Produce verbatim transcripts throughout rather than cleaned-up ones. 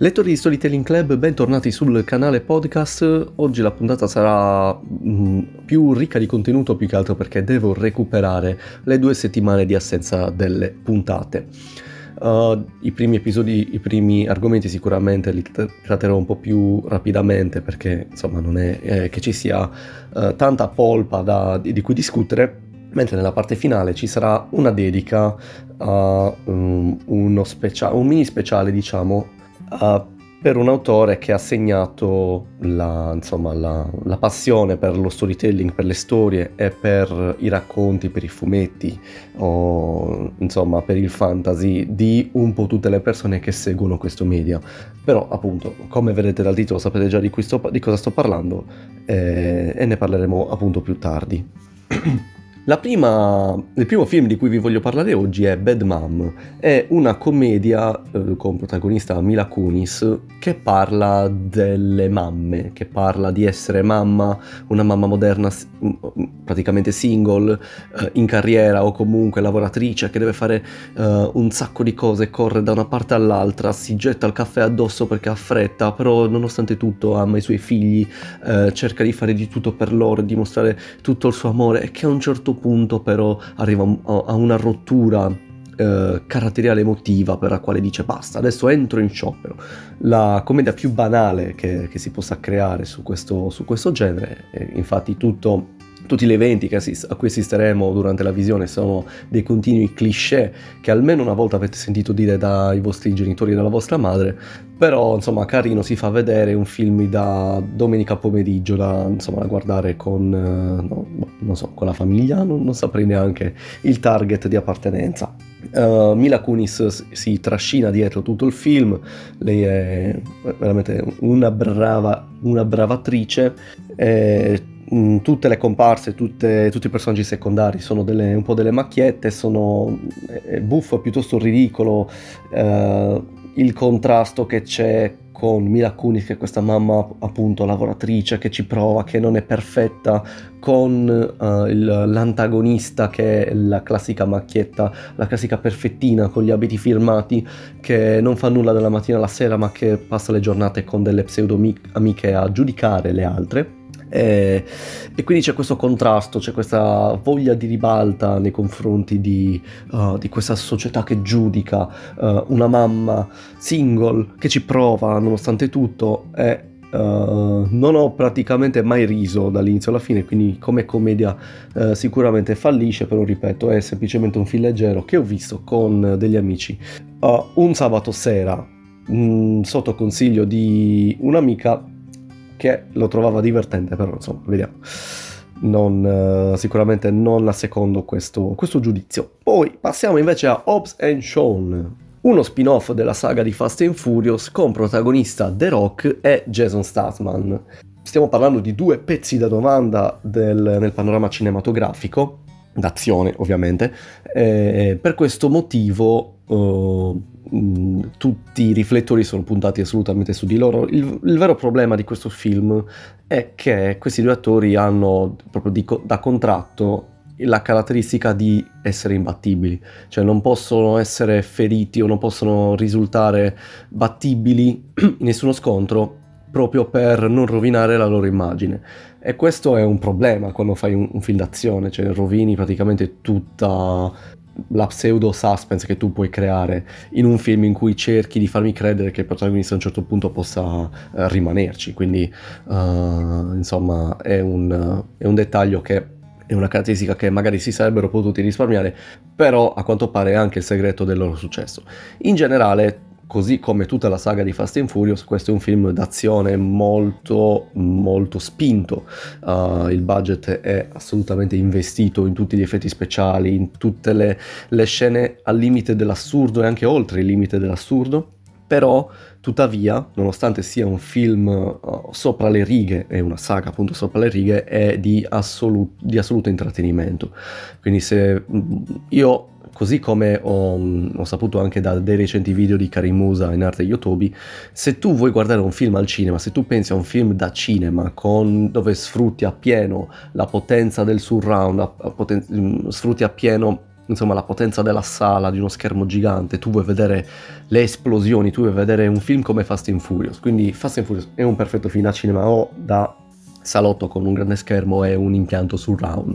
Lettori di Storytelling Club, bentornati sul canale podcast. Oggi la puntata sarà mh, più ricca di contenuto, più che altro perché devo recuperare le due settimane di assenza delle puntate. Uh, I primi episodi, i primi argomenti sicuramente li tratterò un po' più rapidamente perché insomma non è eh, che ci sia uh, tanta polpa da, di, di cui discutere, mentre nella parte finale ci sarà una dedica a um, uno specia- un mini speciale, diciamo, Uh, per un autore che ha segnato la, insomma, la, la passione per lo storytelling, per le storie e per i racconti, per i fumetti o insomma per il fantasy di un po' tutte le persone che seguono questo media. Però appunto, come vedete dal titolo, sapete già di, cui sto, di cosa sto parlando eh, e ne parleremo appunto più tardi. La prima, il primo film di cui vi voglio parlare oggi è Bad Mom, è una commedia eh, con protagonista Mila Kunis che parla delle mamme, che parla di essere mamma, una mamma moderna praticamente single, eh, in carriera o comunque lavoratrice che deve fare eh, un sacco di cose, corre da una parte all'altra, si getta il caffè addosso perché ha fretta, però nonostante tutto ama i suoi figli, eh, cerca di fare di tutto per loro, dimostrare tutto il suo amore e che a un certo punto però arriva a una rottura eh, caratteriale emotiva per la quale dice basta, adesso entro in sciopero. La commedia più banale che, che si possa creare su questo, su questo genere, e infatti tutto tutti gli eventi che assist- a cui assisteremo durante la visione sono dei continui cliché che almeno una volta avete sentito dire dai vostri genitori e dalla vostra madre, però insomma carino, si fa vedere, un film da domenica pomeriggio da, insomma, da guardare con, eh, no, non so, con la famiglia, non, non saprei neanche il target di appartenenza. Uh, Mila Kunis si trascina dietro tutto il film, lei è veramente una brava, una brava attrice. E tutte le comparse, tutte, tutti i personaggi secondari sono delle, un po' delle macchiette, sono è buffo, è piuttosto ridicolo eh, il contrasto che c'è con Mila Kunis, che è questa mamma appunto lavoratrice che ci prova, che non è perfetta, con uh, il, l'antagonista che è la classica macchietta, la classica perfettina con gli abiti firmati, che non fa nulla dalla mattina alla sera ma che passa le giornate con delle pseudo amiche a giudicare le altre. E, e quindi c'è questo contrasto, c'è questa voglia di ribalta nei confronti di, uh, di questa società che giudica uh, una mamma single che ci prova nonostante tutto. E uh, non ho praticamente mai riso dall'inizio alla fine, quindi come commedia uh, sicuramente fallisce, però ripeto, è semplicemente un film leggero che ho visto con degli amici uh, un sabato sera mh, sotto consiglio di un'amica che lo trovava divertente, però insomma, vediamo. Non, uh, sicuramente non assecondo questo, questo giudizio. Poi passiamo invece a Hobbs and Shaw, uno spin-off della saga di Fast and Furious con protagonista The Rock e Jason Statham. Stiamo parlando di due pezzi da domanda del, nel panorama cinematografico, d'azione ovviamente, e per questo motivo uh, tutti i riflettori sono puntati assolutamente su di loro. Il, il vero problema di questo film è che questi due attori hanno proprio di, da contratto la caratteristica di essere imbattibili, cioè non possono essere feriti o non possono risultare battibili in nessuno scontro, proprio per non rovinare la loro immagine. E questo è un problema quando fai un, un film d'azione, cioè rovini praticamente tutta la pseudo suspense che tu puoi creare in un film in cui cerchi di farmi credere che il protagonista a un certo punto possa uh, rimanerci. Quindi uh, insomma è un, è un dettaglio che è una caratteristica che magari si sarebbero potuti risparmiare, però a quanto pare è anche il segreto del loro successo. In generale, così come tutta la saga di Fast and Furious, questo è un film d'azione molto molto spinto. Uh, il budget è assolutamente investito in tutti gli effetti speciali, in tutte le, le scene al limite dell'assurdo e anche oltre il limite dell'assurdo. Però tuttavia, nonostante sia un film uh, sopra le righe, è una saga appunto sopra le righe, è di, assolu- di assoluto intrattenimento. Quindi se io, così come ho, ho saputo anche da dei recenti video di Karim Musa in arte Yotobi, se tu vuoi guardare un film al cinema, se tu pensi a un film da cinema con, dove sfrutti appieno la potenza del surround, a, a poten- sfrutti appieno insomma la potenza della sala, di uno schermo gigante, tu vuoi vedere le esplosioni, tu vuoi vedere un film come Fast and Furious, quindi Fast and Furious è un perfetto film da cinema o da salotto con un grande schermo e un impianto surround.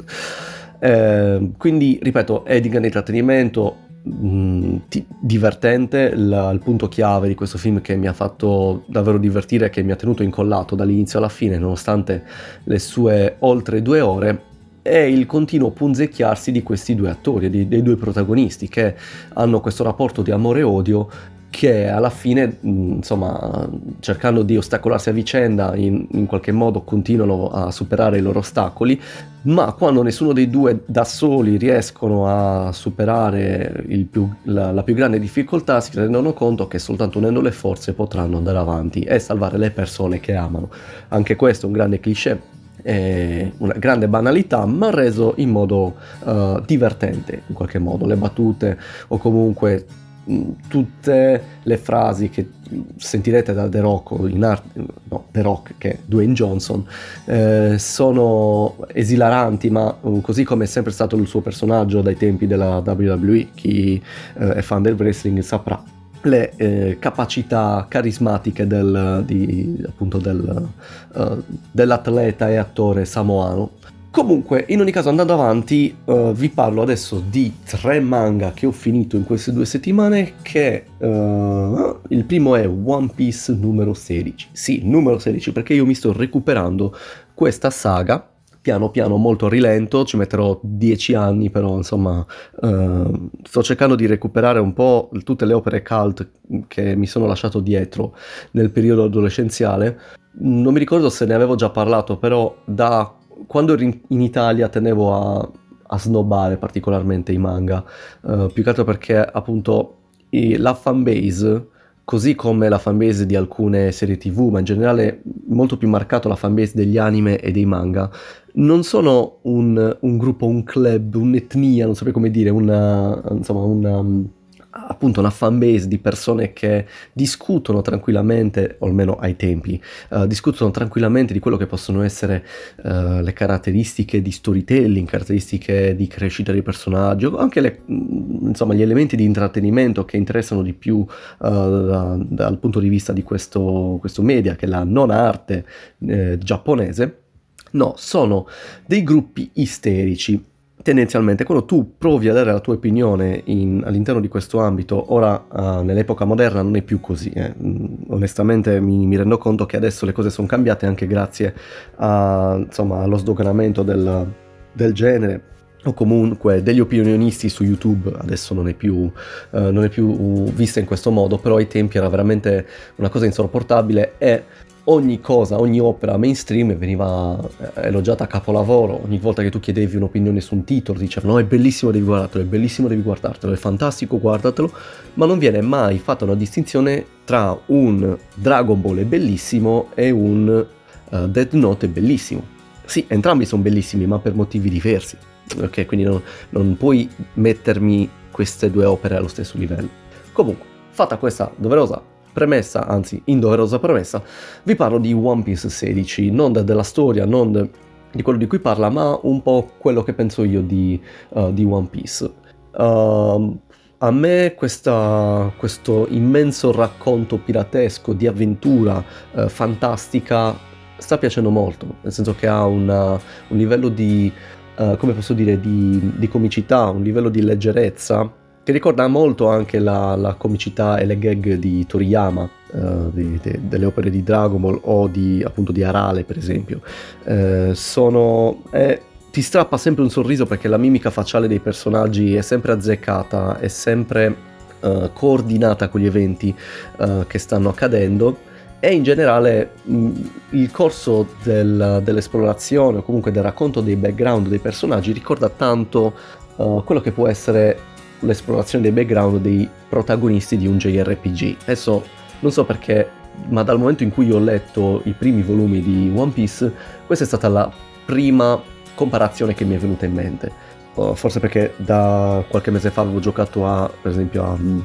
Eh, quindi ripeto, è di grande intrattenimento, mh, ti- divertente. La- il punto chiave di questo film che mi ha fatto davvero divertire, che mi ha tenuto incollato dall'inizio alla fine nonostante le sue oltre due ore, è il continuo punzecchiarsi di questi due attori, di- dei due protagonisti che hanno questo rapporto di amore e odio che alla fine, mh, insomma, cercando di ostacolarsi a vicenda, in, in qualche modo continuano a superare i loro ostacoli, ma quando nessuno dei due da soli riescono a superare il più- la, la più grande difficoltà, si rendono conto che soltanto unendo le forze potranno andare avanti e salvare le persone che amano. Anche questo è un grande cliché, è una grande banalità, ma reso in modo eh, divertente in qualche modo. Le battute o comunque mh, tutte le frasi che sentirete da The Rock o in arte, no, The Rock che è Dwayne Johnson, eh, sono esilaranti, ma uh, così come è sempre stato il suo personaggio dai tempi della W W E, chi eh, è fan del wrestling saprà le eh, capacità carismatiche del, di, appunto del, uh, dell'atleta e attore samoano. Comunque, in ogni caso, andando avanti, uh, vi parlo adesso di tre manga che ho finito in queste due settimane, che uh, il primo è One Piece numero sedici. Sì, numero sedici, perché io mi sto recuperando questa saga, piano piano, molto a rilento, ci metterò dieci anni, però insomma uh, sto cercando di recuperare un po' tutte le opere cult che mi sono lasciato dietro nel periodo adolescenziale. Non mi ricordo se ne avevo già parlato, però da quando ero in, in Italia tenevo a, a snobbare particolarmente i manga, uh, più che altro perché appunto i, la fanbase, così come la fanbase di alcune serie tv, ma in generale molto più marcato la fanbase degli anime e dei manga, non sono un, un gruppo, un club, un'etnia, non saprei come dire, una, insomma una, appunto una fanbase di persone che discutono tranquillamente, o almeno ai tempi, uh, discutono tranquillamente di quello che possono essere uh, le caratteristiche di storytelling, caratteristiche di crescita dei personaggi, o anche le, insomma, gli elementi di intrattenimento che interessano di più uh, da, dal punto di vista di questo, questo media, che è la non arte eh, giapponese. No, sono dei gruppi isterici. Tendenzialmente, quando tu provi a dare la tua opinione in, all'interno di questo ambito, ora uh, nell'epoca moderna non è più così. Eh. Onestamente mi, mi rendo conto che adesso le cose sono cambiate anche grazie a, insomma, allo sdoganamento del, del genere, o comunque degli opinionisti su YouTube. Adesso non è più, uh, non è più vista in questo modo, però ai tempi era veramente una cosa insopportabile e ogni cosa, ogni opera mainstream veniva elogiata a capolavoro. Ogni volta che tu chiedevi un'opinione su un titolo dicevano no, è bellissimo, devi guardartelo, è bellissimo, devi guardartelo, è fantastico, guardatelo, ma non viene mai fatta una distinzione tra un Dragon Ball è bellissimo e un uh, Death Note è bellissimo. Sì, entrambi sono bellissimi, ma per motivi diversi, ok? Quindi non, non puoi mettermi queste due opere allo stesso livello. Comunque, fatta questa doverosa premessa, anzi indoverosa premessa, vi parlo di One Piece sedici, non de- della storia, non de- di quello di cui parla, ma un po' quello che penso io di, uh, di One Piece. Uh, a me questa, questo immenso racconto piratesco di avventura uh, fantastica sta piacendo molto, nel senso che ha una, un livello di, uh, come posso dire, di, di comicità, un livello di leggerezza che ricorda molto anche la, la comicità e le gag di Toriyama, uh, di, di, delle opere di Dragon Ball o di, appunto, di Arale, per esempio. Uh, sono... Eh, ti strappa sempre un sorriso perché la mimica facciale dei personaggi è sempre azzeccata, è sempre uh, coordinata con gli eventi uh, che stanno accadendo, e in generale mh, il corso del, dell'esplorazione o comunque del racconto dei background dei personaggi ricorda tanto uh, quello che può essere l'esplorazione dei background dei protagonisti di un J R P G. Adesso non so perché, ma dal momento in cui io ho letto i primi volumi di One Piece, questa è stata la prima comparazione che mi è venuta in mente. Uh, forse perché da qualche mese fa avevo giocato a, per esempio, a,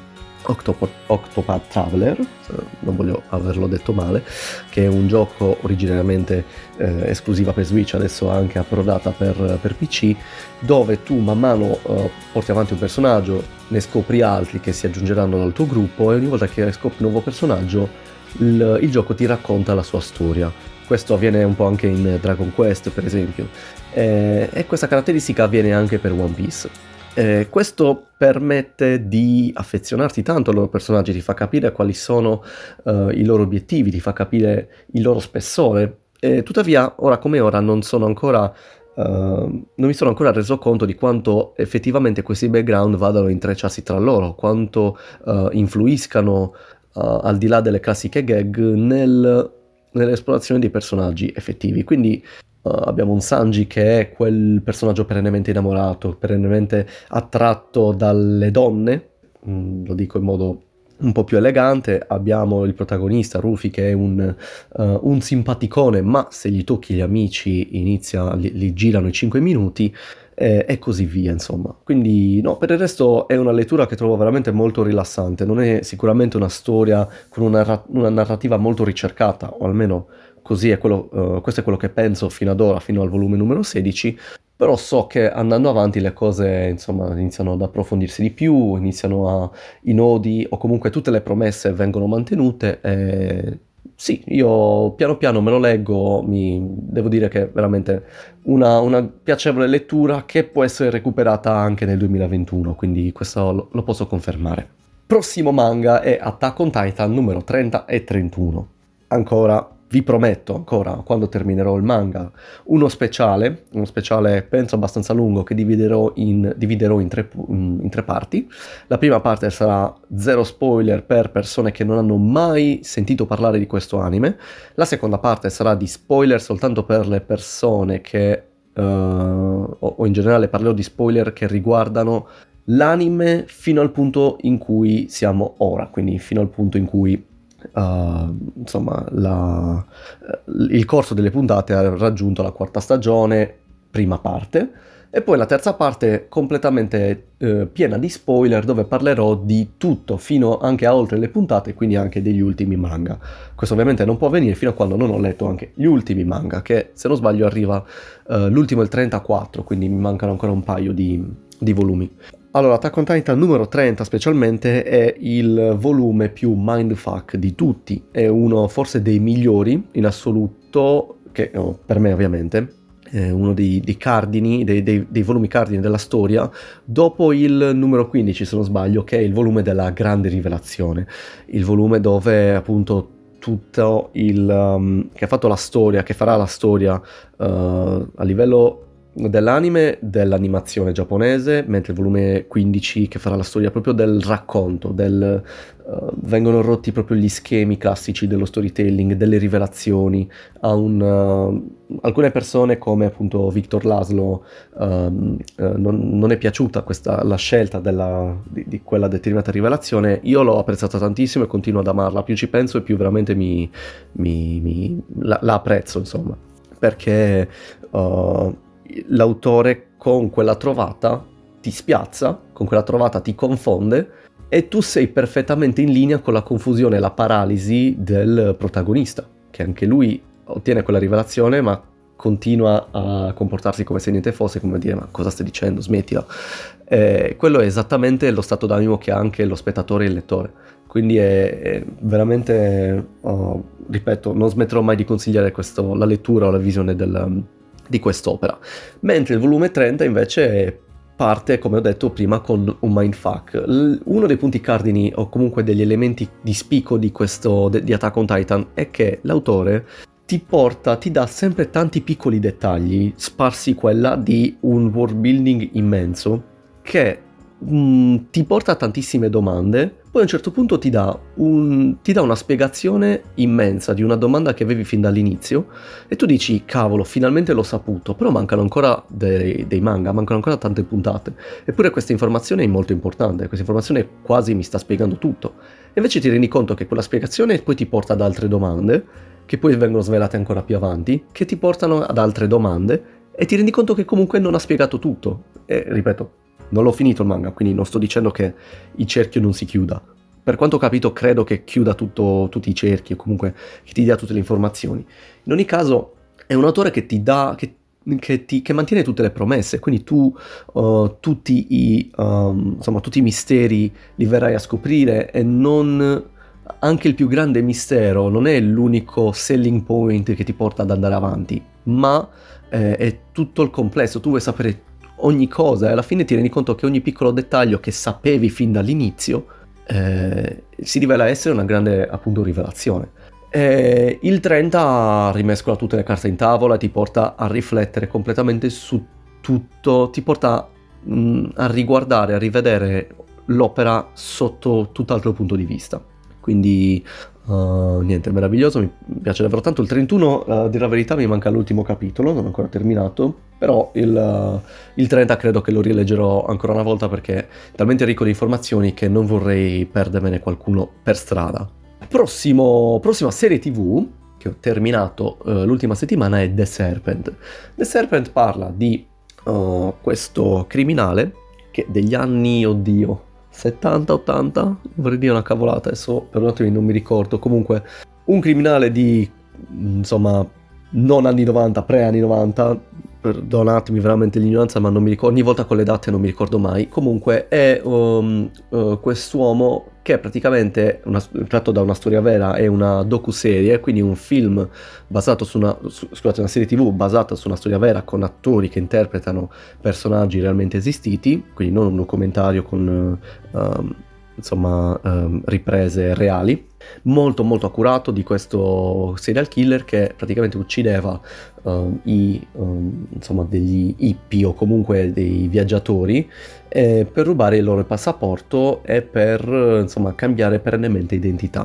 Octopath, Octopath Traveler, non voglio averlo detto male, che è un gioco originariamente eh, esclusiva per Switch, adesso anche approdata per, per P C, dove tu man mano eh, porti avanti un personaggio, ne scopri altri che si aggiungeranno al tuo gruppo e ogni volta che scopri un nuovo personaggio il, il gioco ti racconta la sua storia. Questo avviene un po' anche in Dragon Quest, per esempio, eh, e questa caratteristica avviene anche per One Piece. Eh, questo permette di affezionarti tanto ai loro personaggi, ti fa capire quali sono uh, i loro obiettivi, ti fa capire il loro spessore. E tuttavia, ora come ora, non sono ancora, uh, non mi sono ancora reso conto di quanto effettivamente questi background vadano a intrecciarsi tra loro, quanto uh, influiscano uh, al di là delle classiche gag nel, nell'esplorazione dei personaggi effettivi. Quindi Uh, abbiamo un Sanji che è quel personaggio perennemente innamorato, perennemente attratto dalle donne, mm, lo dico in modo un po' più elegante. Abbiamo il protagonista Rufy che è un, uh, un simpaticone, ma se gli tocchi gli amici inizia, li, li girano i cinque minuti eh, e così via, insomma. Quindi no, per il resto è una lettura che trovo veramente molto rilassante, non è sicuramente una storia con una, una narrativa molto ricercata, o almeno così è quello, uh, questo è quello che penso fino ad ora, fino al volume numero sedici, però so che andando avanti le cose insomma iniziano ad approfondirsi di più, iniziano a, i nodi o comunque tutte le promesse vengono mantenute e sì, io piano piano me lo leggo, mi, devo dire che è veramente una, una piacevole lettura che può essere recuperata anche nel duemilaventuno, quindi questo lo, lo posso confermare. Prossimo manga è Attack on Titan numero trenta e trentuno. Ancora vi prometto ancora, quando terminerò il manga, uno speciale, uno speciale penso abbastanza lungo che dividerò in, dividerò in, tre, in tre parti. La prima parte sarà zero spoiler per persone che non hanno mai sentito parlare di questo anime. La seconda parte sarà di spoiler soltanto per le persone che, uh, o, o in generale parlerò di spoiler che riguardano l'anime fino al punto in cui siamo ora, quindi fino al punto in cui Uh, insomma la, il corso delle puntate ha raggiunto la quarta stagione, prima parte, e poi la terza parte completamente uh, piena di spoiler, dove parlerò di tutto fino anche a oltre le puntate, quindi anche degli ultimi manga. Questo ovviamente non può avvenire fino a quando non ho letto anche gli ultimi manga, che se non sbaglio arriva uh, l'ultimo è il trentaquattro, quindi mi mancano ancora un paio di, di volumi. Allora, Attack on Titan numero trenta specialmente è il volume più mindfuck di tutti, è uno forse dei migliori in assoluto, che oh, per me ovviamente, è uno dei, dei cardini, dei, dei, dei volumi cardini della storia, dopo il numero quindici se non sbaglio, che è il volume della grande rivelazione, il volume dove appunto tutto il... Um, che ha fatto la storia, che farà la storia uh, a livello dell'anime, dell'animazione giapponese, mentre il volume quindici che farà la storia proprio del racconto, del, uh, vengono rotti proprio gli schemi classici dello storytelling, delle rivelazioni. A un, uh, alcune persone come appunto Victor Laszlo uh, uh, non, non è piaciuta questa, la scelta della, di, di quella determinata rivelazione. Io l'ho apprezzata tantissimo e continuo ad amarla, più ci penso e più veramente mi, mi, mi la, la apprezzo, insomma, perché uh, l'autore con quella trovata ti spiazza, con quella trovata ti confonde e tu sei perfettamente in linea con la confusione e la paralisi del protagonista, che anche lui ottiene quella rivelazione ma continua a comportarsi come se niente fosse, come dire ma cosa stai dicendo, smettila. Eh, quello è esattamente lo stato d'animo che ha anche lo spettatore e il lettore, quindi è, è veramente, oh, ripeto, non smetterò mai di consigliare questo, la lettura o la visione del di quest'opera. Mentre il volume trenta invece parte, come ho detto prima, con un mindfuck. L- uno dei punti cardini o comunque degli elementi di spicco di questo de- di Attack on Titan è che l'autore ti porta, ti dà sempre tanti piccoli dettagli sparsi quella di un world building immenso che mh, ti porta a tantissime domande. Poi a un certo punto ti dà, un, ti dà una spiegazione immensa di una domanda che avevi fin dall'inizio e tu dici cavolo, finalmente l'ho saputo, però mancano ancora dei, dei manga, mancano ancora tante puntate, eppure questa informazione è molto importante, questa informazione quasi mi sta spiegando tutto, e invece ti rendi conto che quella spiegazione poi ti porta ad altre domande che poi vengono svelate ancora più avanti, che ti portano ad altre domande e ti rendi conto che comunque non ha spiegato tutto. E ripeto, non l'ho finito il manga, quindi non sto dicendo che il cerchio non si chiuda, per quanto ho capito credo che chiuda tutto, tutti i cerchi, o comunque che ti dia tutte le informazioni. In ogni caso è un autore che ti dà, che, che, ti, che mantiene tutte le promesse, quindi tu uh, tutti, i, um, insomma, tutti i misteri li verrai a scoprire, e non, anche il più grande mistero non è l'unico selling point che ti porta ad andare avanti, ma eh, è tutto il complesso. Tu vuoi sapere ogni cosa e alla fine ti rendi conto che ogni piccolo dettaglio che sapevi fin dall'inizio eh, si rivela essere una grande, appunto, rivelazione. E il trenta rimescola tutte le carte in tavola, ti porta a riflettere completamente su tutto, ti porta mh, a riguardare, a rivedere l'opera sotto tutt'altro punto di vista. Quindi uh, niente, meraviglioso, mi piace davvero tanto. Il trentuno, uh, a dire la verità, mi manca l'ultimo capitolo, non ho ancora terminato, però il, uh, il trenta credo che lo rileggerò ancora una volta perché è talmente ricco di informazioni che non vorrei perdermene qualcuno per strada. Prossimo, prossima serie tv che ho terminato uh, l'ultima settimana è The Serpent. The Serpent parla di uh, questo criminale che degli anni, oddio, settanta ottanta, vorrei dire una cavolata, adesso perdonatemi, non mi ricordo, comunque un criminale di, insomma, non anni novanta, pre anni novanta, perdonatemi veramente l'ignoranza, ma non mi ricordo, ogni volta con le date non mi ricordo mai. Comunque è um, uh, quest'uomo che è praticamente una, tratto da una storia vera, è una docuserie, quindi un film basato su una, su, scusate, una serie tv basata su una storia vera con attori che interpretano personaggi realmente esistiti, quindi non un documentario con uh, um, insomma um, riprese reali. Molto molto accurato di questo serial killer che praticamente uccideva uh, i, um, insomma, degli hippie o comunque dei viaggiatori eh, per rubare il loro passaporto e per insomma cambiare perennemente identità.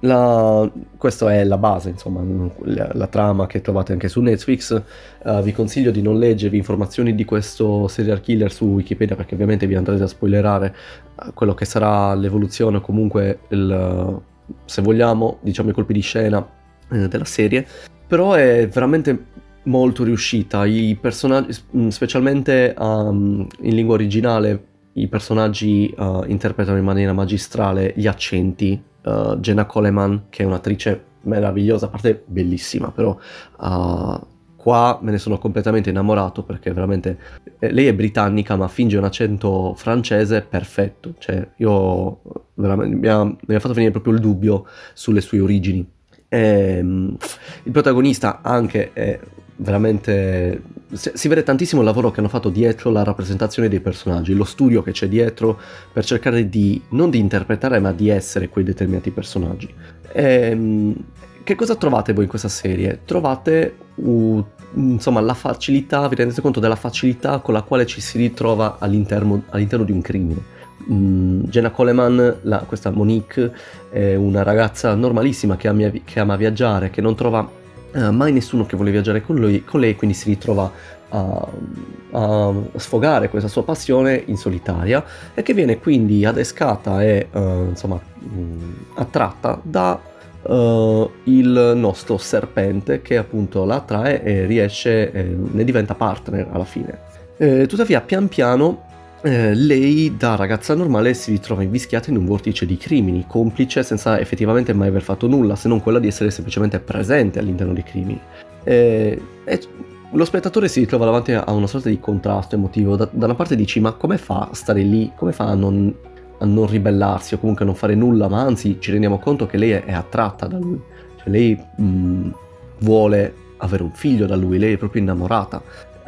La, questa è la base, insomma, la, la trama che trovate anche su Netflix. Uh, vi consiglio di non leggervi informazioni di questo serial killer su Wikipedia perché ovviamente vi andrete a spoilerare uh, quello che sarà l'evoluzione o comunque il, se vogliamo, diciamo, i colpi di scena eh, della serie. Però è veramente molto riuscita, i personaggi, specialmente um, in lingua originale, i personaggi uh, interpretano in maniera magistrale gli accenti. uh, Jenna Coleman, che è un'attrice meravigliosa, a parte bellissima, però uh, qua me ne sono completamente innamorato perché veramente eh, lei è britannica ma finge un accento francese perfetto, cioè io veramente mi ha, mi ha fatto venire proprio il dubbio sulle sue origini. E, um, il protagonista anche è veramente, si vede tantissimo il lavoro che hanno fatto dietro la rappresentazione dei personaggi, lo studio che c'è dietro per cercare di non di interpretare ma di essere quei determinati personaggi. E, che cosa trovate voi in questa serie? Trovate uh, insomma la facilità, vi rendete conto della facilità con la quale ci si ritrova all'interno, all'interno di un crimine. Mm, Jenna Coleman, la, questa Monique, è una ragazza normalissima che ama, che ama viaggiare, che non trova uh, mai nessuno che vuole viaggiare con, lui, con lei, quindi si ritrova a, a sfogare questa sua passione in solitaria e che viene quindi adescata e uh, insomma mh, attratta da Uh, il nostro serpente che appunto la attrae e riesce, eh, ne diventa partner alla fine. Eh, tuttavia pian piano eh, lei da ragazza normale si ritrova invischiata in un vortice di crimini, complice senza effettivamente mai aver fatto nulla se non quella di essere semplicemente presente all'interno dei crimini. Eh, e lo spettatore si ritrova davanti a una sorta di contrasto emotivo. Da, da una parte dici ma come fa a stare lì, come fa a non a non ribellarsi o comunque a non fare nulla, ma anzi ci rendiamo conto che lei è, è attratta da lui, cioè lei mh, vuole avere un figlio da lui, lei è proprio innamorata.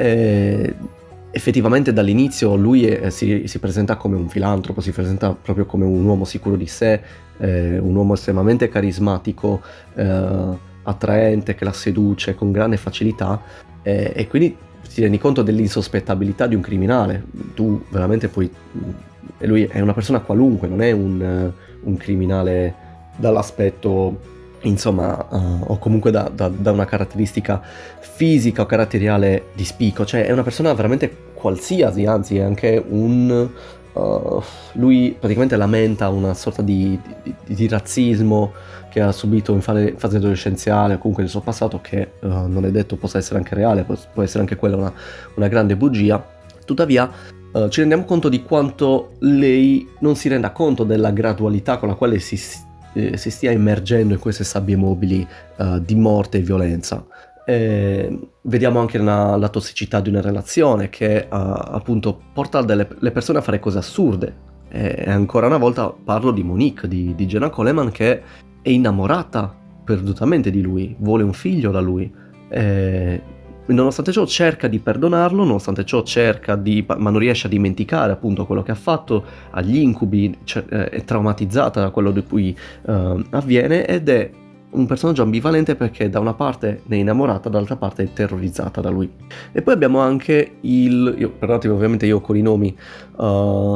E effettivamente dall'inizio lui è, si, si presenta come un filantropo, si presenta proprio come un uomo sicuro di sé, eh, un uomo estremamente carismatico, eh, attraente, che la seduce con grande facilità, eh, e quindi ti rendi conto dell'insospettabilità di un criminale. Tu veramente puoi, e lui è una persona qualunque, non è un, un criminale dall'aspetto, insomma, uh, o comunque da, da, da una caratteristica fisica o caratteriale di spicco, cioè è una persona veramente qualsiasi, anzi è anche un... Uh, lui praticamente lamenta una sorta di, di, di razzismo che ha subito in fase, fase adolescenziale o comunque nel suo passato, che uh, non è detto possa essere anche reale, può, può essere anche quella una, una grande bugia. Tuttavia uh, ci rendiamo conto di quanto lei non si renda conto della gradualità con la quale si, eh, si stia immergendo in queste sabbie mobili uh, di morte e violenza. Eh, vediamo anche una, la tossicità di una relazione che uh, appunto porta delle, le persone a fare cose assurde. E ancora una volta parlo di Monique, di, di Jenna Coleman, che è innamorata perdutamente di lui, vuole un figlio da lui. Eh, nonostante ciò cerca di perdonarlo, nonostante ciò cerca di, ma non riesce a dimenticare appunto quello che ha fatto, agli incubi, cioè, è traumatizzata da quello di cui uh, avviene, ed è un personaggio ambivalente perché da una parte ne è innamorata, dall'altra parte è terrorizzata da lui. E poi abbiamo anche il... Io, perdonatemi, ovviamente io con i nomi uh,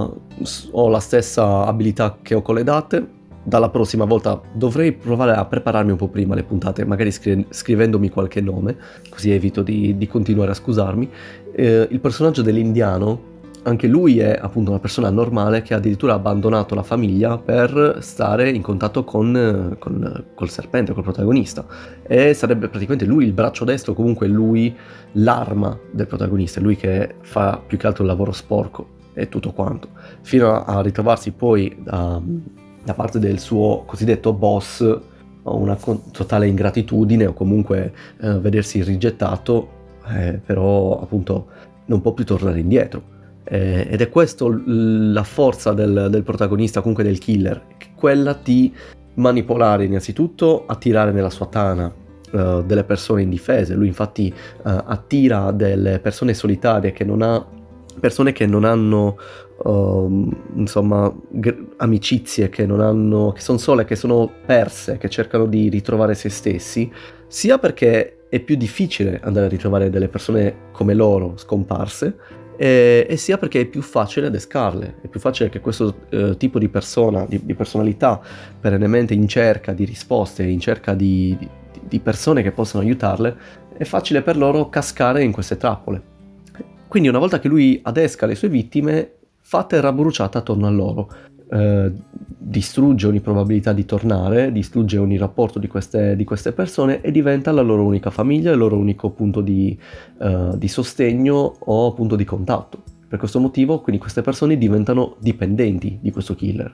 ho la stessa abilità che ho con le date. Dalla prossima volta dovrei provare a prepararmi un po' prima le puntate, magari scri- scrivendomi qualche nome, così evito di, di continuare a scusarmi. Eh, il personaggio dell'indiano, anche lui è appunto una persona normale che ha addirittura abbandonato la famiglia per stare in contatto con, con col serpente, col protagonista, e sarebbe praticamente lui il braccio destro, comunque lui l'arma del protagonista, è lui che fa più che altro il lavoro sporco e tutto quanto, fino a, a ritrovarsi poi da, da parte del suo cosiddetto boss una con, totale ingratitudine, o comunque eh, vedersi rigettato, eh, però appunto non può più tornare indietro. Eh, ed è questo l- la forza del, del protagonista, comunque del killer, quella di manipolare innanzitutto, attirare nella sua tana uh, delle persone indifese. Lui infatti uh, attira delle persone solitarie, che non ha persone che non hanno uh, insomma g- amicizie, che non hanno, che sono sole, che sono perse, che cercano di ritrovare se stessi, sia perché è più difficile andare a ritrovare delle persone come loro scomparse, E, e sia perché è più facile adescarle, è più facile che questo eh, tipo di persona, di, di personalità perennemente in cerca di risposte, in cerca di, di, di persone che possano aiutarle, è facile per loro cascare in queste trappole. Quindi una volta che lui adesca le sue vittime, fa terra bruciata attorno a loro, eh, distrugge ogni probabilità di tornare, distrugge ogni rapporto di queste, di queste persone, e diventa la loro unica famiglia, il loro unico punto di, uh, di sostegno o punto di contatto. Per questo motivo, quindi, queste persone diventano dipendenti di questo killer,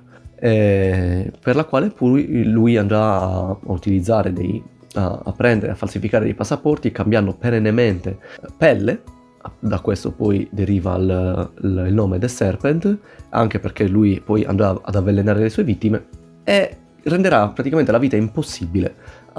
eh, per la quale poi lui andrà a, a utilizzare dei, a, a prendere, a falsificare dei passaporti, cambiando perennemente pelle. Da questo poi deriva il, il, il nome The Serpent, anche perché lui poi andrà ad avvelenare le sue vittime e renderà praticamente la vita impossibile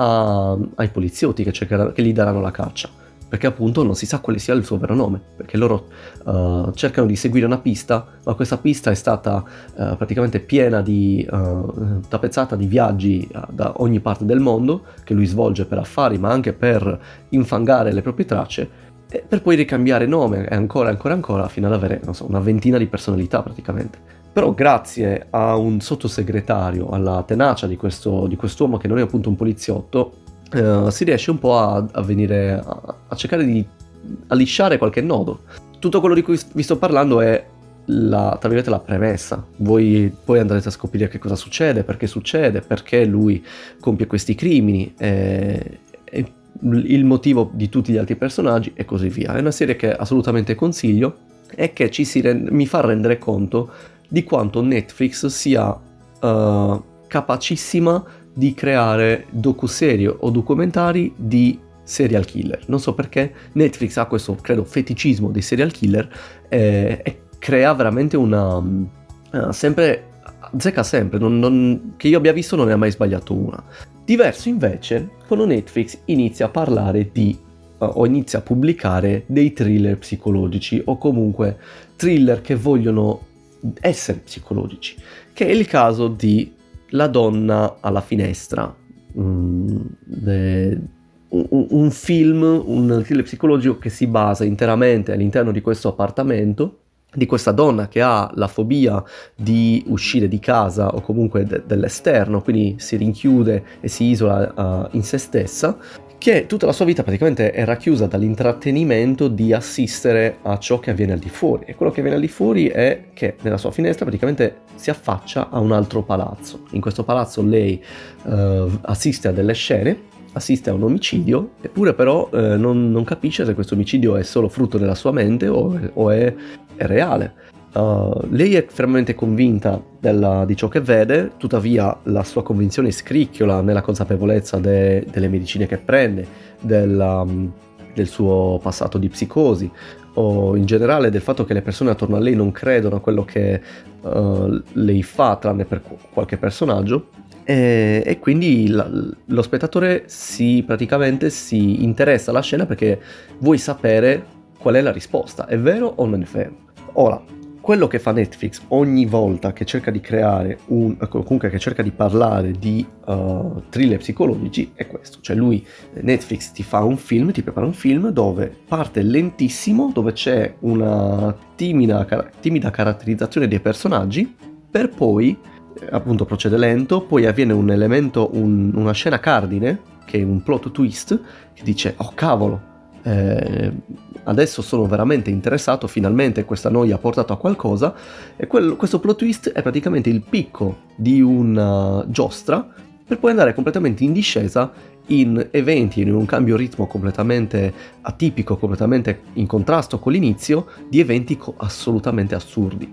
a, ai poliziotti che, cercheranno, che gli daranno la caccia, perché appunto non si sa quale sia il suo vero nome, perché loro uh, cercano di seguire una pista, ma questa pista è stata uh, praticamente piena di uh, tapezzata di viaggi uh, da ogni parte del mondo, che lui svolge per affari ma anche per infangare le proprie tracce, per poi ricambiare nome e ancora ancora ancora fino ad avere, non so, una ventina di personalità praticamente. Però grazie a un sottosegretario, alla tenacia di questo di quest'uomo che non è appunto un poliziotto, eh, si riesce un po' a, a venire a, a cercare di a lisciare qualche nodo. Tutto quello di cui vi sto parlando è la, tra virgolette, la premessa. Voi poi andrete a scoprire che cosa succede, perché succede, perché lui compie questi crimini, e, e il motivo di tutti gli altri personaggi e così via. È una serie che assolutamente consiglio e che ci si rend- mi fa rendere conto di quanto Netflix sia uh, capacissima di creare docuserie o documentari di serial killer. Non so perché Netflix ha questo, credo, feticismo dei serial killer, eh, e crea veramente una uh, sempre azzecca sempre, non, non, che io abbia visto non ne ha mai sbagliato una. Diverso invece quando Netflix inizia a parlare di uh, o inizia a pubblicare dei thriller psicologici, o comunque thriller che vogliono essere psicologici, che è il caso di La donna alla finestra, mm, de, un, un film, un thriller psicologico che si basa interamente all'interno di questo appartamento, di questa donna che ha la fobia di uscire di casa o comunque de- dell'esterno, quindi si rinchiude e si isola uh, in se stessa, che tutta la sua vita praticamente è racchiusa dall'intrattenimento di assistere a ciò che avviene al di fuori. E quello che avviene al di fuori è che nella sua finestra praticamente si affaccia a un altro palazzo. In questo palazzo lei uh, assiste a delle scene, assiste a un omicidio, eppure però eh, non, non capisce se questo omicidio è solo frutto della sua mente o, o è, è reale. Uh, lei è fermamente convinta della, di ciò che vede, tuttavia la sua convinzione scricchiola nella consapevolezza de, delle medicine che prende, della, um, del suo passato di psicosi, o in generale del fatto che le persone attorno a lei non credono a quello che uh, lei fa, tranne per qualche personaggio. E, e quindi la, lo spettatore si praticamente si interessa alla scena perché vuoi sapere qual è la risposta, è vero o non è vero. Ora, quello che fa Netflix ogni volta che cerca di creare un, comunque che cerca di parlare di uh, thriller psicologici è questo, cioè lui, Netflix ti fa un film, ti prepara un film dove parte lentissimo, dove c'è una timida, timida caratterizzazione dei personaggi, per poi appunto procede lento, poi avviene un elemento, un, una scena cardine, che è un plot twist, che dice oh cavolo, eh, adesso sono veramente interessato, finalmente questa noia ha portato a qualcosa, e quel, questo plot twist è praticamente il picco di una giostra per poi andare completamente in discesa in eventi, in un cambio ritmo completamente atipico, completamente in contrasto con l'inizio, di eventi co- assolutamente assurdi.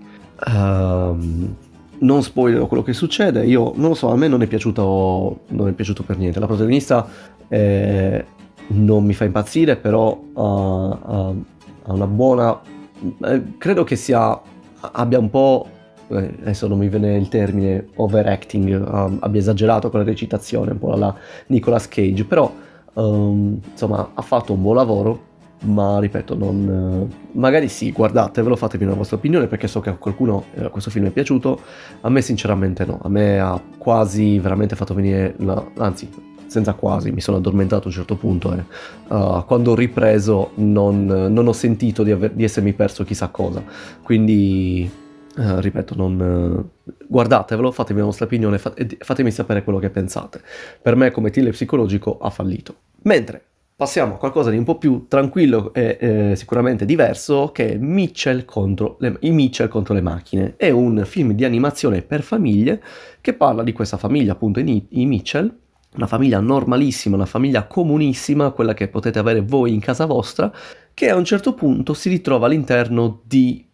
Um, non spoilerò quello che succede, io non lo so, a me non è piaciuto, non è piaciuto per niente. La protagonista è... non mi fa impazzire, però uh, uh, ha una buona, eh, credo che sia, abbia un po', eh, adesso non mi viene il termine, overacting, um, abbia esagerato con la recitazione, un po' alla Nicolas Cage, però um, insomma ha fatto un buon lavoro, ma ripeto, non, magari sì, guardatevelo, fatevi una vostra opinione, perché so che a qualcuno eh, questo film è piaciuto, a me sinceramente no, a me ha quasi veramente fatto venire, la, anzi senza quasi, mi sono addormentato a un certo punto e uh, quando ho ripreso non, non ho sentito di, aver, di essermi perso chissà cosa, quindi uh, ripeto, non, uh, guardatevelo, fatemi la vostra opinione fate, fatemi sapere quello che pensate. Per me come thriller psicologico ha fallito. Mentre passiamo a qualcosa di un po' più tranquillo e eh, sicuramente diverso, che è Mitchell contro le, i Mitchell contro le macchine. È un film di animazione per famiglie che parla di questa famiglia, appunto, i, i Mitchell, una famiglia normalissima, una famiglia comunissima, quella che potete avere voi in casa vostra, che a un certo punto si ritrova all'interno di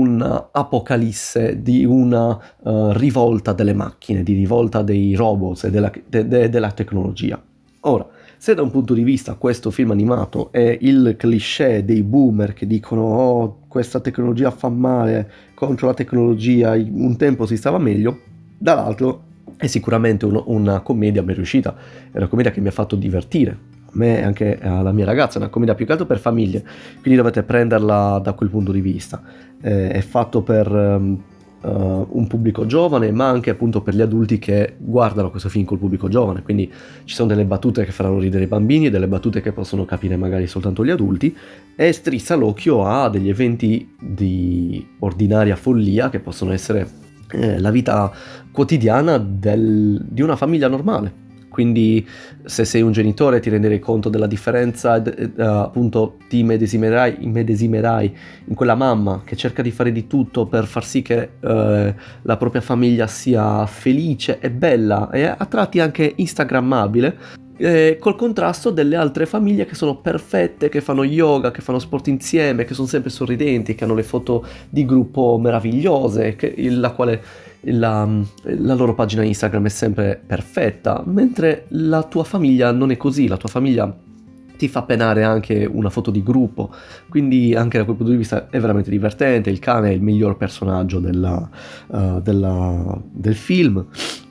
un'apocalisse, di una uh, rivolta delle macchine, di rivolta dei robots e della, de, de, della tecnologia. Ora, se da un punto di vista questo film animato è il cliché dei boomer che dicono oh, questa tecnologia fa male, contro la tecnologia un tempo si stava meglio, dall'altro è sicuramente un, una commedia ben riuscita, è una commedia che mi ha fatto divertire, a me e anche alla mia ragazza, è una commedia più che altro per famiglie, quindi dovete prenderla da quel punto di vista. Eh, è fatto per um, uh, un pubblico giovane, ma anche appunto per gli adulti che guardano questo film col pubblico giovane, quindi ci sono delle battute che faranno ridere i bambini, delle battute che possono capire magari soltanto gli adulti, e strizza l'occhio a degli eventi di ordinaria follia che possono essere Eh, la vita quotidiana del, di una famiglia normale. Quindi se sei un genitore ti renderai conto della differenza, eh, appunto ti immedesimerai, immedesimerai in quella mamma che cerca di fare di tutto per far sì che eh, la propria famiglia sia felice e bella e a tratti anche instagrammabile, Eh, col contrasto delle altre famiglie che sono perfette, che fanno yoga, che fanno sport insieme, che sono sempre sorridenti, che hanno le foto di gruppo meravigliose, che, la quale la, la loro pagina Instagram è sempre perfetta, mentre la tua famiglia non è così, la tua famiglia ti fa penare anche una foto di gruppo, quindi anche da quel punto di vista è veramente divertente. Il cane è il miglior personaggio della, uh, della, del film,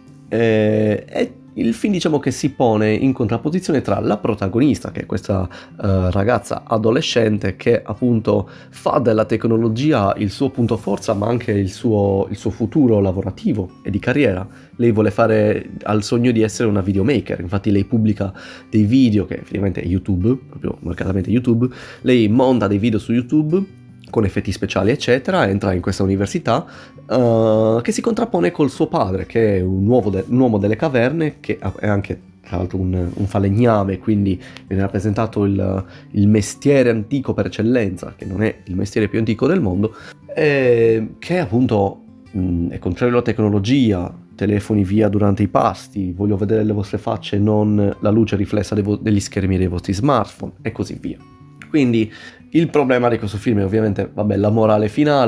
e, e il film diciamo che si pone in contrapposizione tra la protagonista, che è questa uh, ragazza adolescente che appunto fa della tecnologia il suo punto forza, ma anche il suo, il suo futuro lavorativo e di carriera. Lei vuole fare, ha il sogno di essere una videomaker, infatti lei pubblica dei video, che effettivamente è YouTube, proprio marcatamente YouTube, lei monta dei video su YouTube con effetti speciali eccetera, entra in questa università uh, che si contrappone col suo padre, che è un, uomo de- un uomo delle caverne, che è anche tra l'altro un, un falegname, quindi viene rappresentato il, il mestiere antico per eccellenza, che non è il mestiere più antico del mondo, e che appunto mh, è contrario alla tecnologia, telefoni via durante i pasti, voglio vedere le vostre facce, non la luce riflessa vo- degli schermi dei vostri smartphone e così via. Quindi il problema di questo film è ovviamente, vabbè, la morale finale,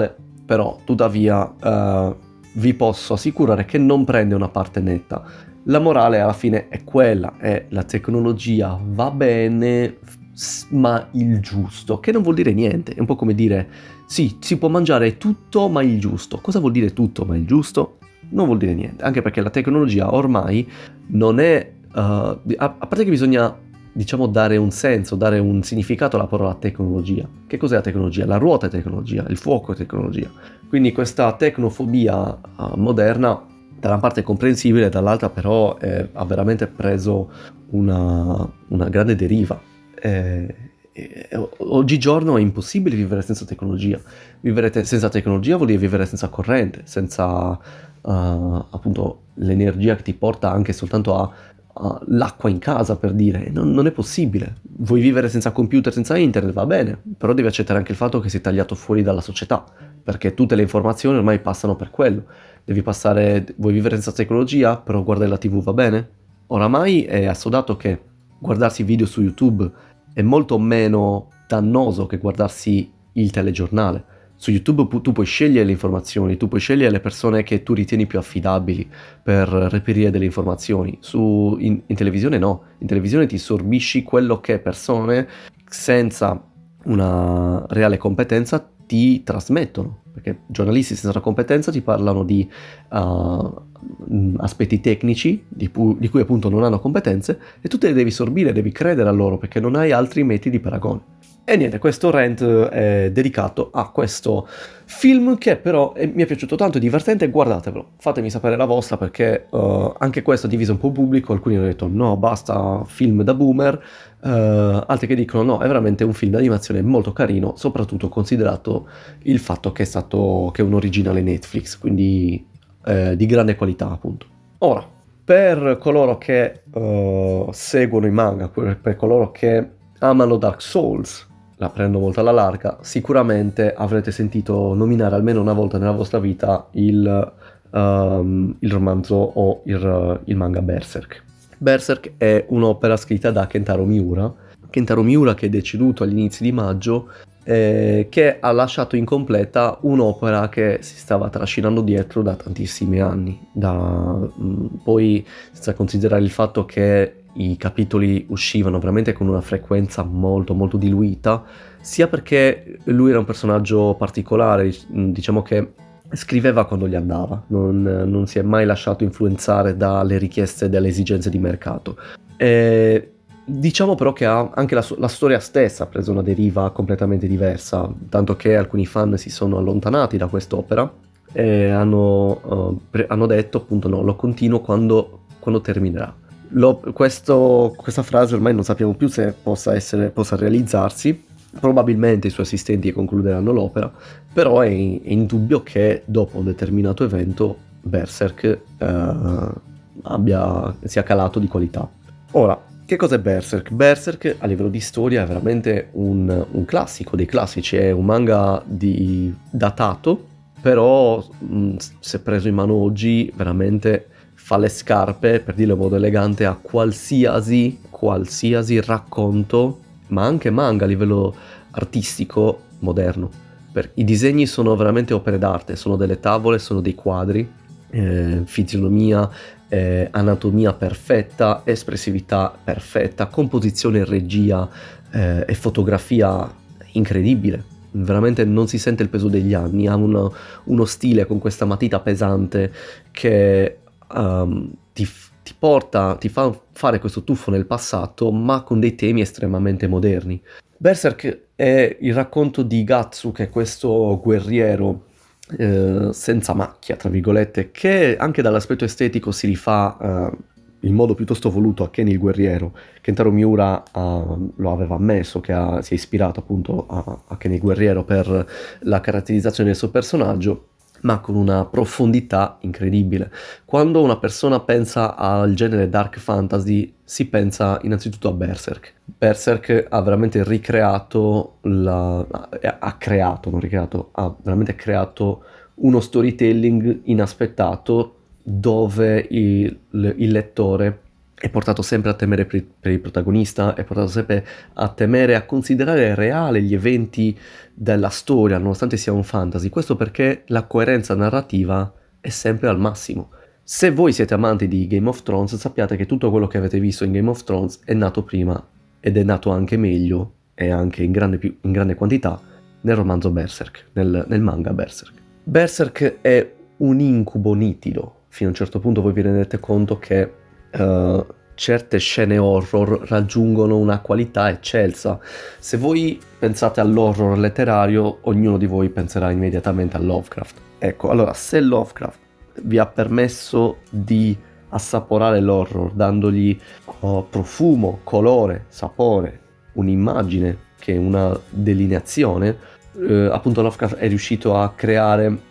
però tuttavia eh, vi posso assicurare che non prende una parte netta. La morale alla fine è quella, è la tecnologia va bene, ma il giusto, che non vuol dire niente, è un po' come dire sì, si può mangiare tutto ma il giusto. Cosa vuol dire tutto ma il giusto? Non vuol dire niente, anche perché la tecnologia ormai non è, uh, a, a parte che bisogna, diciamo, dare un senso, dare un significato alla parola tecnologia. Che cos'è la tecnologia? La ruota è tecnologia, il fuoco è tecnologia. Quindi questa tecnofobia uh, moderna, da una parte è comprensibile, dall'altra però eh, ha veramente preso una, una grande deriva. Eh, eh, oggigiorno è impossibile vivere senza tecnologia. Vivere te- senza tecnologia vuol dire vivere senza corrente, senza uh, appunto l'energia che ti porta anche soltanto a, a l'acqua in casa, per dire. Non, non è possibile. Vuoi vivere senza computer, senza internet, va bene, però devi accettare anche il fatto che sei tagliato fuori dalla società, perché tutte le informazioni ormai passano per quello. Devi passare, vuoi vivere senza tecnologia, però guardare la tivù va bene? Oramai è assodato che guardarsi video su YouTube è molto meno dannoso che guardarsi il telegiornale. Su YouTube pu- tu puoi scegliere le informazioni, tu puoi scegliere le persone che tu ritieni più affidabili per reperire delle informazioni. Su, in, in televisione no, in televisione ti sorbisci quello che persone senza una reale competenza ti trasmettono, perché giornalisti senza una competenza ti parlano di uh, aspetti tecnici di, pu- di cui appunto non hanno competenze, e tu te le devi sorbire, devi credere a loro perché non hai altri metodi di paragone. E niente, questo rant è dedicato a questo film che però è, mi è piaciuto tanto, è divertente, guardatevelo, fatemi sapere la vostra, perché uh, anche questo ha diviso un po' pubblico. Alcuni hanno detto no, basta, film da boomer, uh, altri che dicono no, è veramente un film d'animazione molto carino, soprattutto considerato il fatto che è stato che è un originale Netflix, quindi eh, di grande qualità appunto. Ora, per coloro che uh, seguono i manga, per, per coloro che amano Dark Souls, la prendo molto alla larga, sicuramente avrete sentito nominare almeno una volta nella vostra vita il, um, il romanzo o il, il manga Berserk. Berserk è un'opera scritta da Kentaro Miura, Kentaro Miura che è deceduto agli inizi di maggio, eh, che ha lasciato incompleta un'opera che si stava trascinando dietro da tantissimi anni, da, mh, poi senza considerare il fatto che i capitoli uscivano veramente con una frequenza molto molto diluita, sia perché lui era un personaggio particolare, diciamo che scriveva quando gli andava, non, non si è mai lasciato influenzare dalle richieste e dalle esigenze di mercato. E diciamo però che ha anche la, la storia stessa ha preso una deriva completamente diversa, tanto che alcuni fan si sono allontanati da quest'opera e hanno, uh, pre- hanno detto appunto no, lo continuo quando, quando terminerà. Lo, questo, questa frase ormai non sappiamo più se possa, essere, possa realizzarsi. Probabilmente i suoi assistenti concluderanno l'opera, però è, è indubbio che dopo un determinato evento Berserk eh, abbia, sia calato di qualità. Ora, che cos'è Berserk? Berserk a livello di storia è veramente un, un classico dei classici, è un manga di, datato, però mh, se preso in mano oggi veramente fa le scarpe, per dirlo in modo elegante, a qualsiasi, qualsiasi racconto, ma anche manga a livello artistico moderno. Per, i disegni sono veramente opere d'arte, sono delle tavole, sono dei quadri, eh, fisionomia, eh, anatomia perfetta, espressività perfetta, composizione e regia eh, e fotografia incredibile. Veramente non si sente il peso degli anni, ha uno, uno stile con questa matita pesante che Um, ti, ti porta, ti fa fare questo tuffo nel passato, ma con dei temi estremamente moderni. Berserk è il racconto di Gatsu, che è questo guerriero eh, senza macchia, tra virgolette, che anche dall'aspetto estetico si rifà eh, in modo piuttosto voluto a Ken il guerriero. Kentaro Miura uh, lo aveva ammesso, che ha, si è ispirato appunto a, a Ken il guerriero per la caratterizzazione del suo personaggio, ma con una profondità incredibile. Quando una persona pensa al genere dark fantasy, si pensa innanzitutto a Berserk. Berserk ha veramente ricreato, la, ha creato, non ricreato, ha veramente creato uno storytelling inaspettato, dove il, il lettore è portato sempre a temere per, per il protagonista, è portato sempre a temere, a considerare reale gli eventi della storia, nonostante sia un fantasy. Questo perché la coerenza narrativa è sempre al massimo. Se voi siete amanti di Game of Thrones, sappiate che tutto quello che avete visto in Game of Thrones è nato prima ed è nato anche meglio e anche in grande, più, in grande quantità nel romanzo Berserk, nel, nel manga Berserk. Berserk è un incubo nitido. Fino a un certo punto voi vi rendete conto che uh, certe scene horror raggiungono una qualità eccelsa. Se voi pensate all'horror letterario, ognuno di voi penserà immediatamente a Lovecraft. Ecco, allora, se Lovecraft vi ha permesso di assaporare l'horror, dandogli uh, profumo, colore, sapore, un'immagine, che è una delineazione, uh, appunto Lovecraft è riuscito a creare,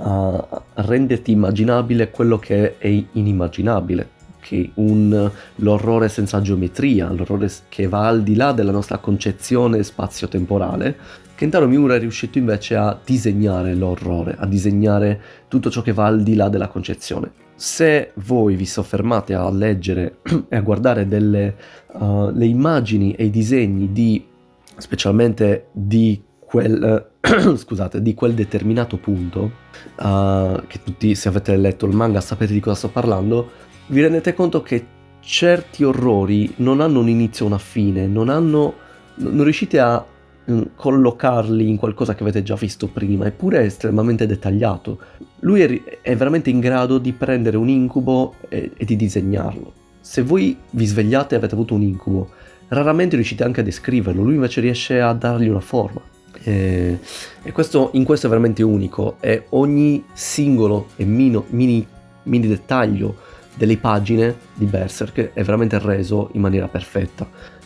a renderti immaginabile quello che è inimmaginabile, che un, l'orrore senza geometria, l'orrore che va al di là della nostra concezione spazio-temporale. Kentaro Miura è riuscito invece a disegnare l'orrore, a disegnare tutto ciò che va al di là della concezione. Se voi vi soffermate a leggere e a guardare delle uh, le immagini e i disegni di, specialmente di quel scusate, di quel determinato punto, uh, che tutti, se avete letto il manga, sapete di cosa sto parlando, vi rendete conto che certi orrori non hanno un inizio e una fine, non hanno, non riuscite a mh, collocarli in qualcosa che avete già visto prima, eppure è estremamente dettagliato. Lui è, è veramente in grado di prendere un incubo e, e di disegnarlo. Se voi vi svegliate e avete avuto un incubo, raramente riuscite anche a descriverlo, lui invece riesce a dargli una forma. E, e questo, in questo è veramente unico, e ogni singolo e mino, mini, mini dettaglio delle pagine di Berserk è veramente reso in maniera perfetta.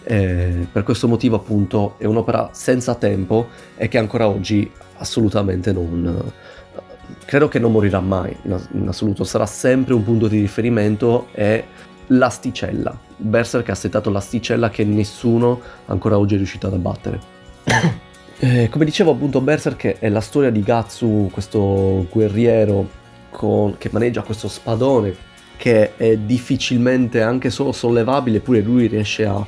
E per questo motivo appunto è un'opera senza tempo e che ancora oggi assolutamente non, credo che non morirà mai in, in assoluto, sarà sempre un punto di riferimento e l'asticella. Berserk ha settato l'asticella che nessuno ancora oggi è riuscito ad abbattere. Eh, come dicevo appunto, Berserk è la storia di Gatsu, questo guerriero con, che maneggia questo spadone che è difficilmente anche solo sollevabile, eppure lui riesce a,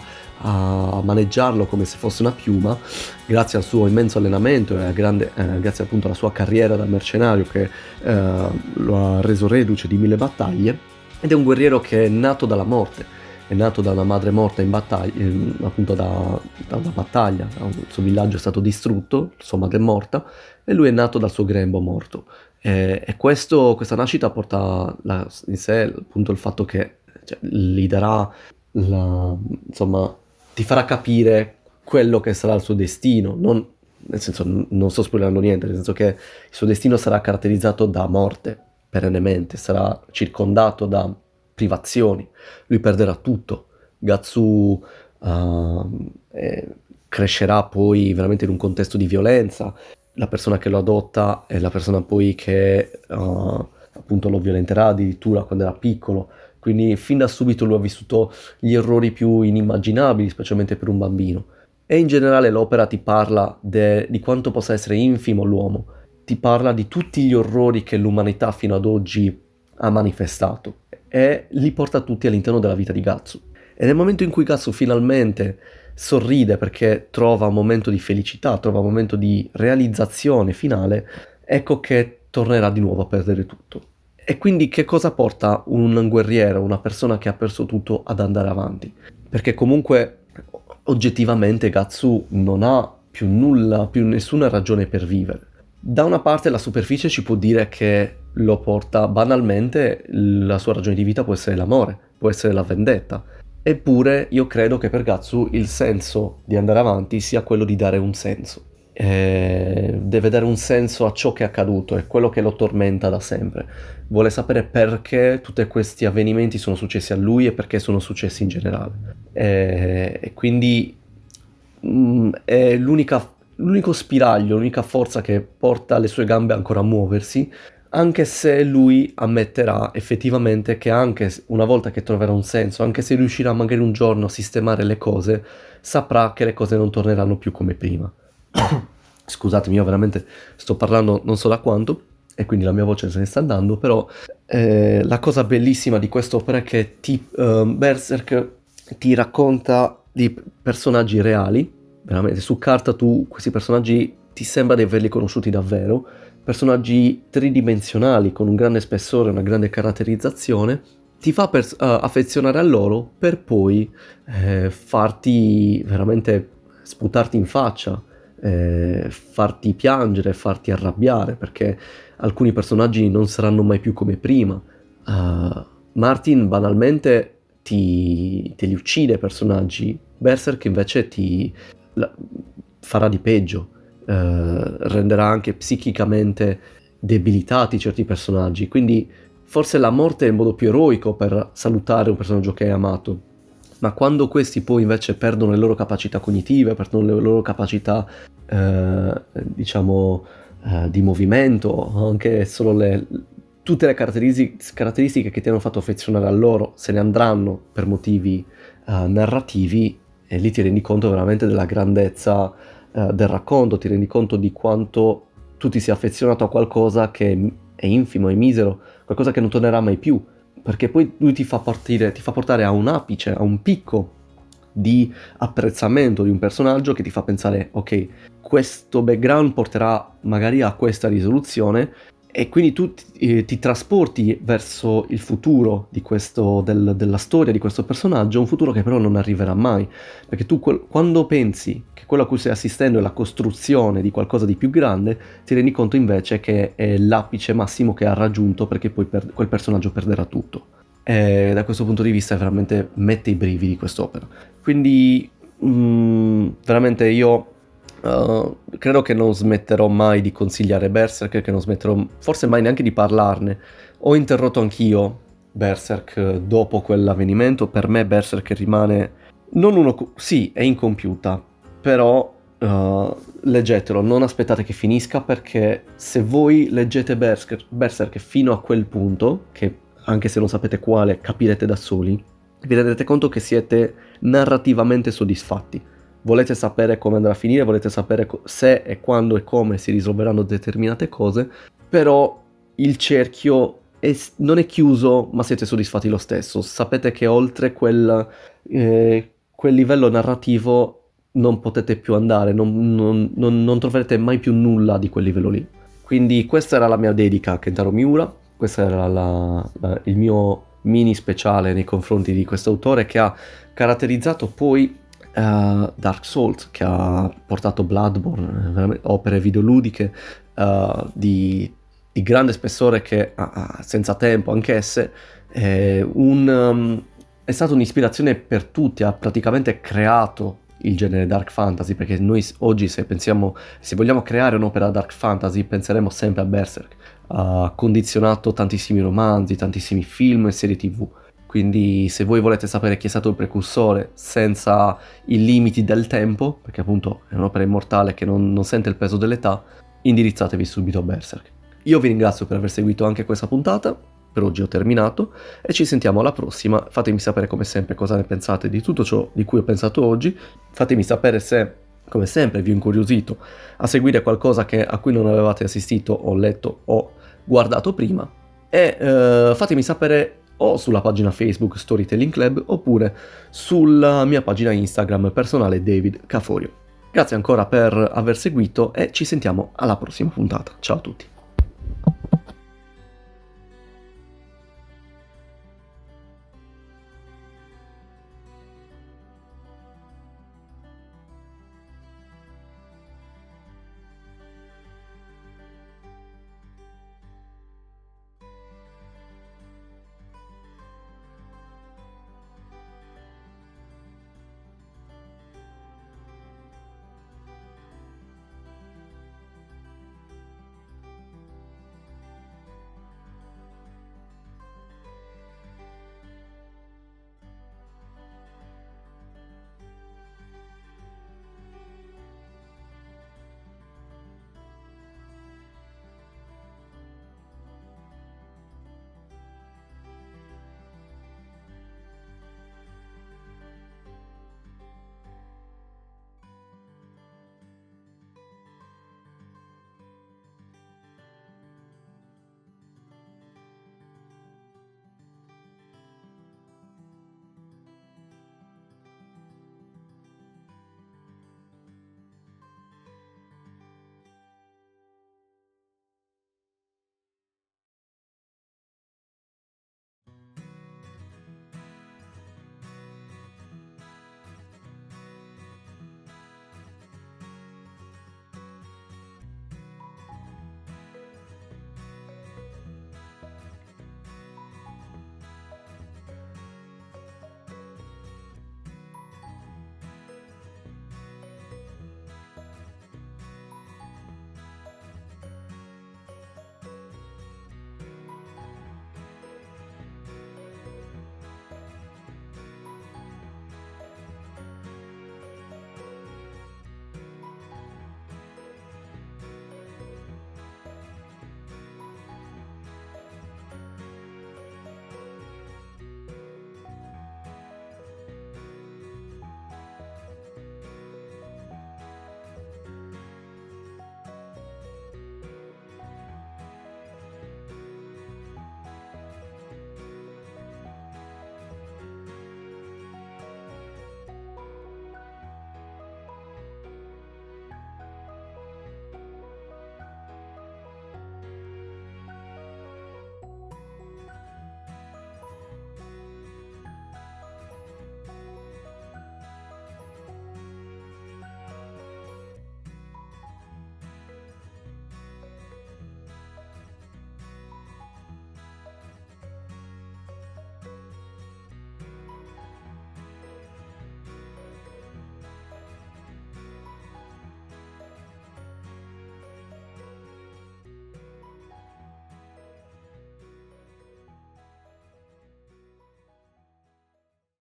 a maneggiarlo come se fosse una piuma, grazie al suo immenso allenamento e a grande, eh, grazie appunto alla sua carriera da mercenario che eh, lo ha reso reduce di mille battaglie. Ed è un guerriero che è nato dalla morte. È nato da una madre morta in battaglia, appunto da, da una battaglia, il suo villaggio è stato distrutto, sua madre è morta e lui è nato dal suo grembo morto. E, e questo, questa nascita porta la, in sé appunto il fatto che, cioè, gli darà, la, insomma, ti farà capire quello che sarà il suo destino, non, nel senso, non sto spoilerando niente, nel senso che il suo destino sarà caratterizzato da morte perennemente, sarà circondato da privazioni, lui perderà tutto. Gatsu uh, eh, crescerà poi veramente in un contesto di violenza, la persona che lo adotta è la persona poi che uh, appunto lo violenterà addirittura quando era piccolo, quindi fin da subito lui ha vissuto gli errori più inimmaginabili, specialmente per un bambino. E in generale l'opera ti parla de, di quanto possa essere infimo l'uomo, ti parla di tutti gli orrori che l'umanità fino ad oggi ha manifestato e li porta tutti all'interno della vita di Gatsu. E nel momento in cui Gatsu finalmente sorride perché trova un momento di felicità, trova un momento di realizzazione finale, ecco che tornerà di nuovo a perdere tutto. E quindi che cosa porta un guerriero, una persona che ha perso tutto, ad andare avanti? Perché comunque oggettivamente Gatsu non ha più nulla, più nessuna ragione per vivere. Da una parte la superficie ci può dire che lo porta banalmente, la sua ragione di vita può essere l'amore, può essere la vendetta. Eppure io credo che per Gatsu il senso di andare avanti sia quello di dare un senso. E deve dare un senso a ciò che è accaduto, è quello che lo tormenta da sempre. Vuole sapere perché tutti questi avvenimenti sono successi a lui e perché sono successi in generale. E, e quindi mh, è l'unica l'unico spiraglio, l'unica forza che porta le sue gambe ancora a muoversi, anche se lui ammetterà effettivamente che anche una volta che troverà un senso, anche se riuscirà magari un giorno a sistemare le cose, saprà che le cose non torneranno più come prima. Scusatemi, io veramente sto parlando non so da quanto. e quindi la mia voce se ne sta andando, però eh, la cosa bellissima di quest'opera è che ti, uh, Berserk ti racconta di personaggi reali, veramente su carta tu questi personaggi ti sembra di averli conosciuti davvero, personaggi tridimensionali con un grande spessore, una grande caratterizzazione, ti fa pers- uh, affezionare a loro per poi eh, farti veramente sputarti in faccia, eh, farti piangere, farti arrabbiare, perché alcuni personaggi non saranno mai più come prima. Uh, Martin banalmente ti, te li uccide personaggi, Berserk invece ti la, farà di peggio, uh, renderà anche psichicamente debilitati certi personaggi, quindi forse la morte è il modo più eroico per salutare un personaggio che hai amato, ma quando questi poi invece perdono le loro capacità cognitive, perdono le loro capacità eh, diciamo eh, di movimento, anche solo le, tutte le caratteristiche, caratteristiche che ti hanno fatto affezionare a loro se ne andranno per motivi eh, narrativi, e lì ti rendi conto veramente della grandezza eh, del racconto, ti rendi conto di quanto tu ti sia affezionato a qualcosa che è infimo, è misero, qualcosa che non tornerà mai più, perché poi lui ti fa partire, ti fa portare a un apice, a un picco di apprezzamento di un personaggio che ti fa pensare, ok, questo background porterà magari a questa risoluzione, e quindi tu ti, eh, ti trasporti verso il futuro di questo, del, della storia di questo personaggio, un futuro che però non arriverà mai, perché tu quel, quando pensi che quello a cui stai assistendo è la costruzione di qualcosa di più grande, ti rendi conto invece che è l'apice massimo che ha raggiunto, perché poi per, quel personaggio perderà tutto. E da questo punto di vista veramente mette i brividi quest'opera. Quindi mm, veramente io Uh, credo che non smetterò mai di consigliare Berserk, che non smetterò forse mai neanche di parlarne. Ho interrotto anch'io Berserk dopo quell'avvenimento. Per me Berserk rimane non uno, sì, è incompiuta, però uh, leggetelo, non aspettate che finisca, perché se voi leggete Berserk, Berserk fino a quel punto, che anche se non sapete quale capirete da soli, vi rendete conto che siete narrativamente soddisfatti. Volete sapere come andrà a finire, volete sapere co- se e quando e come si risolveranno determinate cose, però il cerchio è, non è chiuso, ma siete soddisfatti lo stesso. Sapete che oltre quel, eh, quel livello narrativo non potete più andare, non, non, non, non troverete mai più nulla di quel livello lì. Quindi questa era la mia dedica a Kentaro Miura, questo era la, la, il mio mini speciale nei confronti di questo autore che ha caratterizzato poi Uh, Dark Souls, che ha portato Bloodborne, opere videoludiche uh, di, di grande spessore, che uh, senza tempo anch'esse è, un, um, è stata un'ispirazione per tutti, ha praticamente creato il genere Dark Fantasy, perché noi oggi se pensiamo, se vogliamo creare un'opera Dark Fantasy penseremo sempre a Berserk. Ha condizionato tantissimi romanzi, tantissimi film e serie tv. Quindi se voi volete sapere chi è stato il precursore senza i limiti del tempo, perché appunto è un'opera immortale che non, non sente il peso dell'età, indirizzatevi subito a Berserk. Io vi ringrazio per aver seguito anche questa puntata, per oggi ho terminato e ci sentiamo alla prossima. Fatemi sapere come sempre cosa ne pensate di tutto ciò di cui ho pensato oggi, fatemi sapere se come sempre vi ho incuriosito a seguire qualcosa che, a cui non avevate assistito o letto o guardato prima, e eh, fatemi sapere o sulla pagina Facebook Storytelling Club oppure sulla mia pagina Instagram personale David Caforio. Grazie ancora per aver seguito e ci sentiamo alla prossima puntata. Ciao a tutti.